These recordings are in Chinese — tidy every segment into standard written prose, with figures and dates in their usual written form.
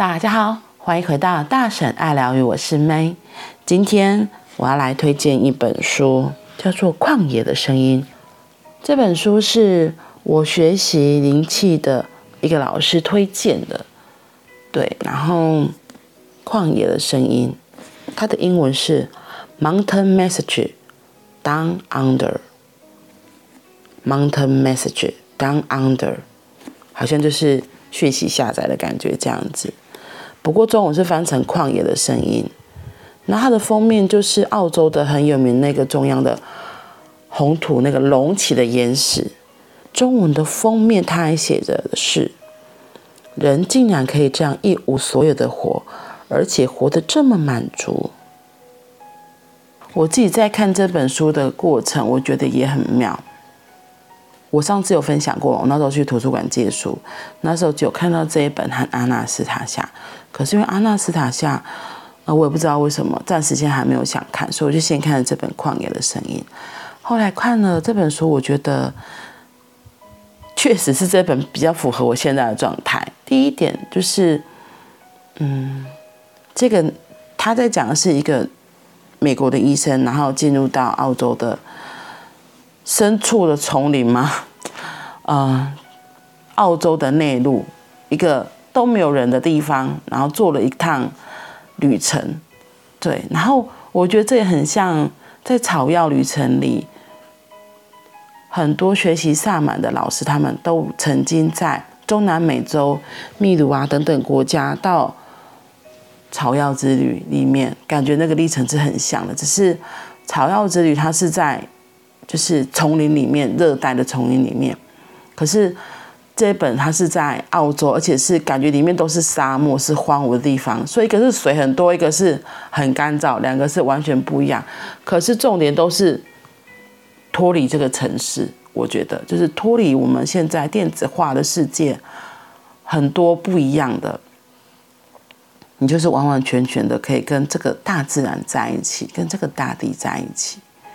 大家好，欢迎回到大婶爱疗愈，我是 May。今天我要来推荐一本书，叫做《旷野的声音》。这本书是我学习灵气的一个老师推荐的，对。然后《旷野的声音》，它的英文是 Mountain Message Down Under。Mountain Message Down Under， 好像就是讯息下载的感觉这样子。不过中文是翻成旷野的声音。那它的封面就是澳洲的很有名那个中央的红土那个隆起的岩石。中文的封面它还写着的是：人竟然可以这样一无所有的活，而且活得这么满足。我自己在看这本书的过程，我觉得也很妙。我上次有分享过，我那时候去图书馆借书，那时候就有看到这一本和阿纳斯塔夏，可是因为阿纳斯塔夏，我也不知道为什么，暂时还没有想看，所以我就先看了这本《旷野的声音》。后来看了这本书，我觉得确实是这本比较符合我现在的状态。第一点就是，这个他在讲的是一个美国的医生，然后进入到澳洲的深处的丛林吗？澳洲的内陆一个都没有人的地方，然后做了一趟旅程，对。然后我觉得这也很像在草药旅程里，很多学习萨满的老师，他们都曾经在中南美洲、秘鲁啊等等国家到草药之旅里面，感觉那个历程是很像的，只是草药之旅它是在就是丛林里面，热带的丛林里面。可是这本它是在澳洲，而且是感觉里面都是沙漠，是荒芜的地方，所以一个是水很多，一个是很干燥，两个是完全不一样。可是重点都是脱离这个城市，我觉得就是脱离我们现在电子化的世界，很多不一样的。你就是完完全全的可以跟这个大自然在一起，跟这个大地在一起。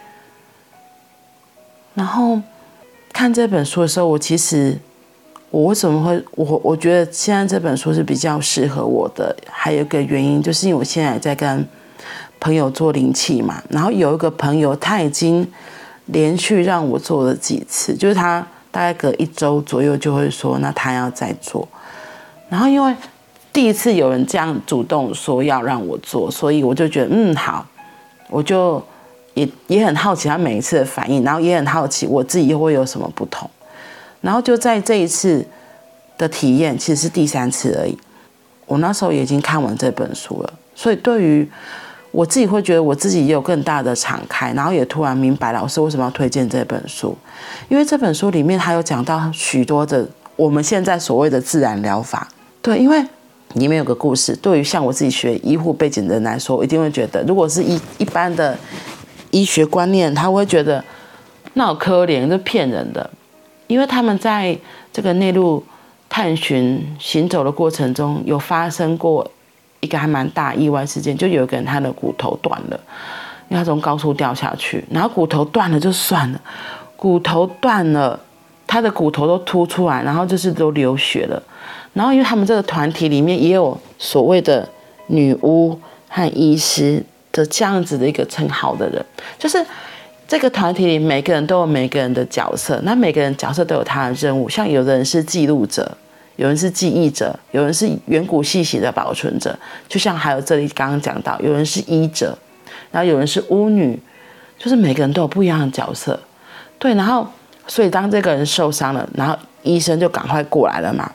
然后看这本书的时候，我为什么会我觉得现在这本书是比较适合我的，还有一个原因就是因为我现在在跟朋友做灵气嘛，然后有一个朋友他已经连续让我做了几次，就是他大概隔1周左右就会说那他要再做，然后因为第一次有人这样主动说要让我做，所以我就觉得好，我就也很好奇他每一次的反应，然后也很好奇我自己又会有什么不同。然后就在这一次的体验，其实是第3次而已。我那时候也已经看完这本书了，所以对于我自己会觉得我自己也有更大的敞开，然后也突然明白老师为什么要推荐这本书，因为这本书里面还有讲到许多的我们现在所谓的自然疗法。对，因为里面有个故事，对于像我自己学医护背景的人来说，我一定会觉得，如果是一般的医学观念，他会觉得那好可怜，这骗人的。因为他们在这个内陆探寻行走的过程中，有发生过一个还蛮大意外事件，就有一个人他的骨头断了，因为他从高处掉下去，然后骨头断了就算了，骨头断了，他的骨头都凸出来，然后就是都流血了。然后因为他们这个团体里面也有所谓的女巫和医师的这样子的一个称号的人，就是这个团体里每个人都有每个人的角色，那每个人角色都有他的任务，像有的人是记录者，有人是记忆者，有人是远古细息的保存者，就像还有这里刚刚讲到，有人是医者，然后有人是巫女，就是每个人都有不一样的角色。对，然后所以当这个人受伤了，然后医生就赶快过来了嘛。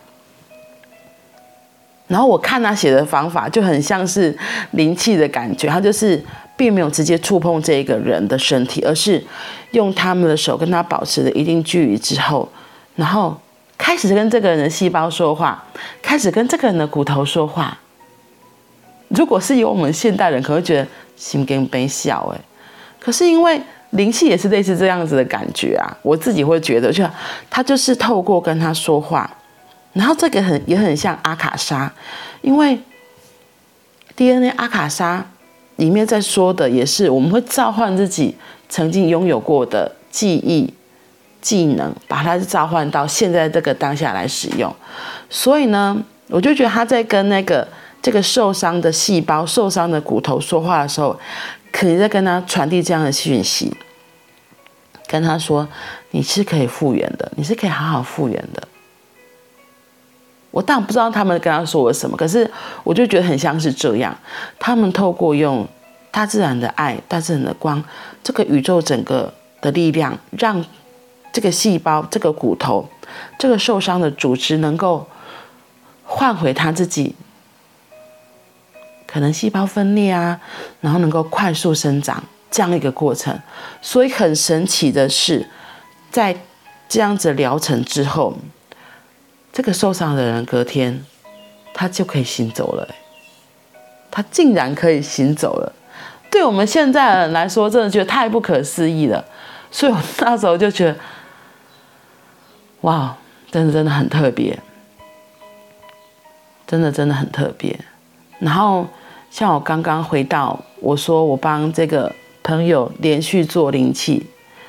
然后我看他写的方法就很像是灵气的感觉，他就是并没有直接触碰这个人的身体，而是用他们的手跟他保持了一定距离之后，然后开始跟这个人的细胞说话，开始跟这个人的骨头说话。如果是有我们现代人可能会觉得心跟悲笑可是因为灵气也是类似这样子的感觉啊，我自己会觉得就他就是透过跟他说话。然后这个也很像阿卡莎，因为 DNA 阿卡莎里面在说的也是我们会召唤自己曾经拥有过的记忆技能，把它召唤到现在这个当下来使用。所以呢， 我就觉得他在跟这个受伤的细胞、受伤的骨头说话的时候，可能在跟他传递这样的讯息，跟他说你是可以复原的，你是可以好好复原的。我当然不知道他们跟他说了什么，可是我就觉得很像是这样，他们透过用大自然的爱、大自然的光，这个宇宙整个的力量，让这个细胞、这个骨头、这个受伤的组织能够换回他自己，可能细胞分裂啊，然后能够快速生长这样一个过程。所以很神奇的是，在这样子疗程之后，这个受伤的人隔天他就可以行走了，他竟然可以行走了。对我们现在的人来说，真的觉得太不可思议了。所以我那时候就觉得，哇，真的很特别，真的很特别。然后像我刚刚回到我说我帮这个朋友连续做灵气，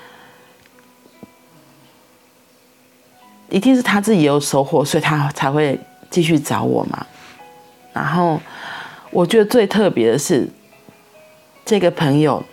一定是他自己也有收获，所以他才会继续找我嘛。然后我觉得最特别的是，这个朋友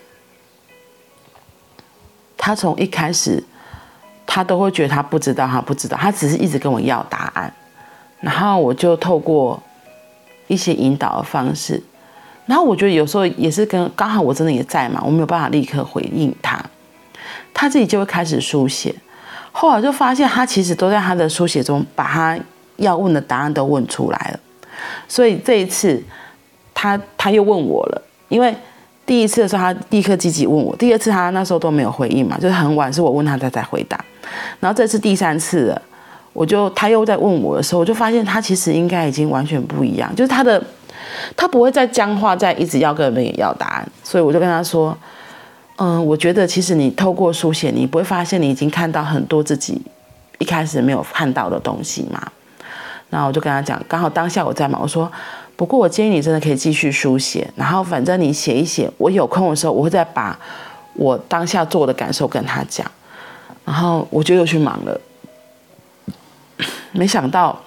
他从一开始他都会觉得他不知道，他只是一直跟我要答案，然后我就透过一些引导的方式，然后我觉得有时候也是刚好我真的也在嘛，我没有办法立刻回应他，他自己就会开始书写。后来就发现他其实都在他的书写中把他要问的答案都问出来了。所以这一次他又问我了，因为第一次的时候他立刻积极问我，第二次他那时候都没有回应嘛，就是很晚是我问他才回答。然后这次第三次了，他又在问我的时候，我就发现他其实应该已经完全不一样，就是他不会再僵化在一直要跟别人要答案。所以我就跟他说，我觉得其实你透过书写，你不会发现你已经看到很多自己一开始没有看到的东西嘛。然后我就跟他讲，刚好当下我在忙，我说不过我建议你真的可以继续书写，然后反正你写一写，我有空的时候我会再把我当下做的感受跟他讲。然后我就又去忙了，没想到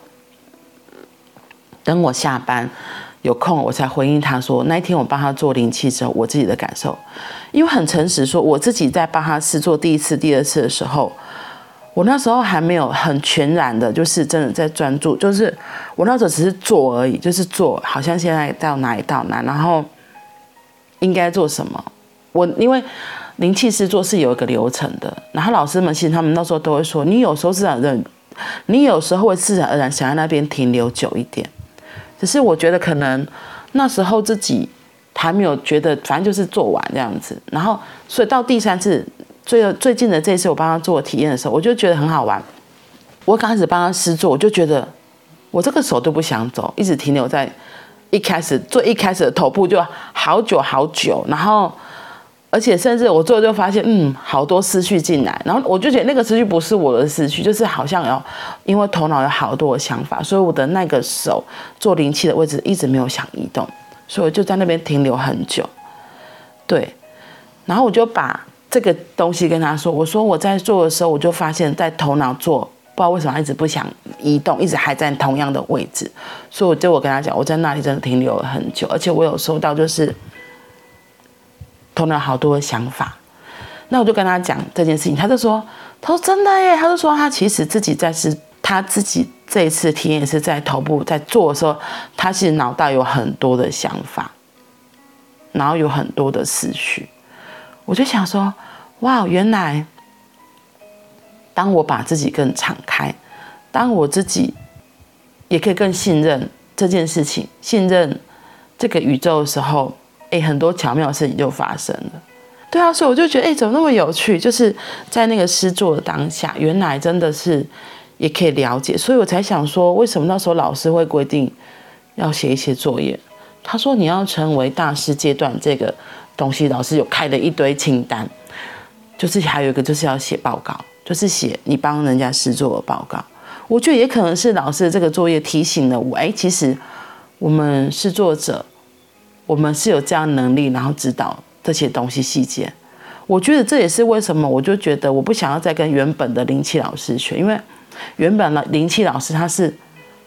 等我下班有空我才回应他说，那一天我帮他做灵气之后我自己的感受。因为很诚实说，我自己在帮他试做第一次第二次的时候，我那时候还没有很全然的就是真的在专注，就是我那时候只是做而已，就是做好像现在到哪里到哪，然后应该做什么。因为灵气师做是有一个流程的，然后老师们其实他们那时候都会说，你有时候你有时候会自然而然想在那边停留久一点，只是我觉得可能那时候自己还没有觉得，反正就是做完这样子。然后所以到第三次最近的这一次我帮他做体验的时候，我就觉得很好玩。我刚开始帮他施做，我就觉得我这个手都不想走，一直停留在最一开始的头部就好久，然后而且甚至我最后就发现，好多思绪进来，然后我就觉得那个思绪不是我的思绪，就是好像因为头脑有好多的想法，所以我的那个手做灵气的位置一直没有想移动，所以我就在那边停留很久。对，然后我就把这个东西跟他说，我说我在做的时候，我就发现在头脑做，不知道为什么一直不想移动，一直还在同样的位置，所以我跟他讲，我在那里真的停留了很久，而且我有收到就是头脑好多的想法。那我就跟他讲这件事情，他说真的耶，他就说他其实他自己这一次体验也是在头部在做的时候，他其实脑袋有很多的想法，然后有很多的思绪。我就想说，哇，原来当我把自己更敞开，当我自己也可以更信任这件事情，信任这个宇宙的时候，很多巧妙的事情就发生了。对啊，所以我就觉得，怎么那么有趣？就是在那个施作的当下，原来真的是也可以了解。所以我才想说，为什么那时候老师会规定要写一些作业？他说你要成为大师阶段这个东西，老师有开了一堆清单，就是还有一个就是要写报告，就是写你帮人家施作的报告。我觉得也可能是老师的这个作业提醒了我，其实我们施作者，我们是有这样能力，然后知道这些东西细节。我觉得这也是为什么我就觉得我不想要再跟原本的灵气老师学，因为原本的灵气老师他是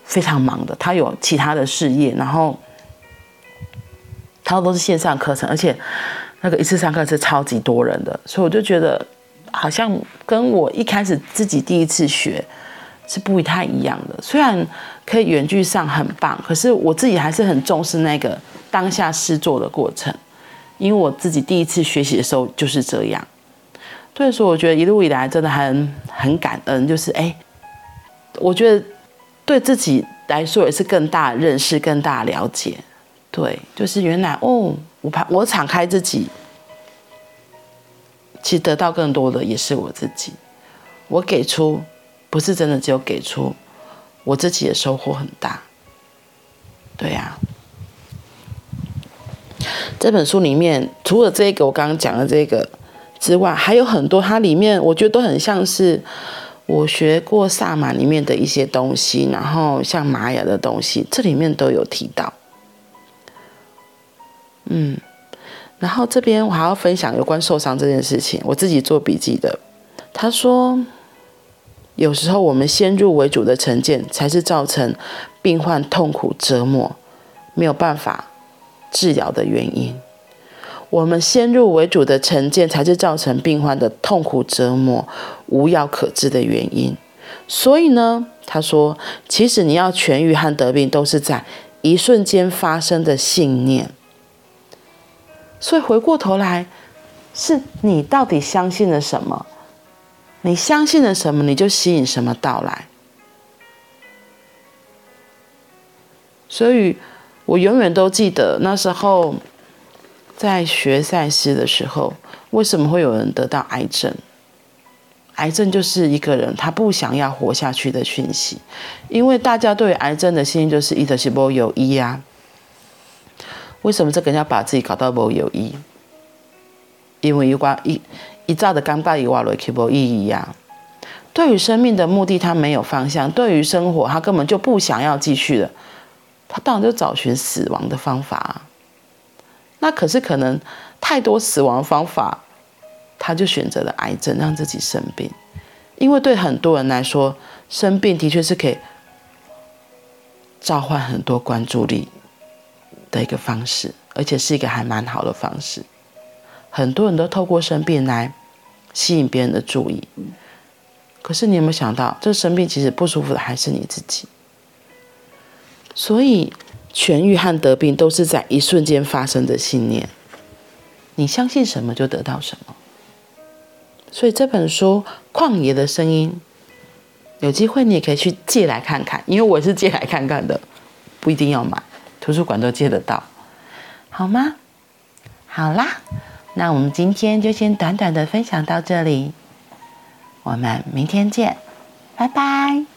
非常忙的，他有其他的事业，然后他都是线上课程，而且那个一次上课是超级多人的，所以我就觉得好像跟我一开始自己第一次学是不太一样的。虽然可以远距上很棒，可是我自己还是很重视那个当下试做的过程，因为我自己第一次学习的时候就是这样。所以说我觉得一路以来真的很感恩，就是我觉得对自己来说也是更大的认识，更大的了解。对，就是原来我敞开自己，其实得到更多的也是我自己。我给出，不是真的只有给出，我自己的收获很大。对呀，这本书里面除了这个我刚刚讲的这个之外，还有很多，它里面我觉得都很像是我学过萨满里面的一些东西，然后像玛雅的东西，这里面都有提到。然后这边我还要分享有关受伤这件事情，我自己做笔记的。他说，有时候我们先入为主的成见，才是造成病患痛苦折磨没有办法治疗的原因。我们先入为主的成见，才是造成病患的痛苦折磨无药可治的原因。所以呢，他说，其实你要痊愈和得病，都是在一瞬间发生的信念。所以回过头来，是你到底相信了什么？你相信了什么，你就吸引什么到来。所以我永远都记得那时候在学赛斯的时候，为什么会有人得到癌症？癌症就是一个人他不想要活下去的讯息，因为大家对于癌症的信念就是伊就是没有意义啊。为什么这个人要把自己搞到没有意义？因为一早的感觉伊活落去没意义啊。对于生命的目的他没有方向，对于生活他根本就不想要继续了，他当然就找寻死亡的方法啊。那可是可能太多死亡方法，他就选择了癌症，让自己生病。因为对很多人来说，生病的确是可以召唤很多关注力的一个方式，而且是一个还蛮好的方式。很多人都透过生病来吸引别人的注意，可是你有没有想到，这生病其实不舒服的还是你自己？所以痊愈和得病都是在一瞬间发生的信念，你相信什么就得到什么。所以这本书《旷野的声音》，有机会你也可以去借来看看，因为我是借来看看的，不一定要买，图书馆都借得到，好吗？好啦，那我们今天就先短短的分享到这里，我们明天见，拜拜。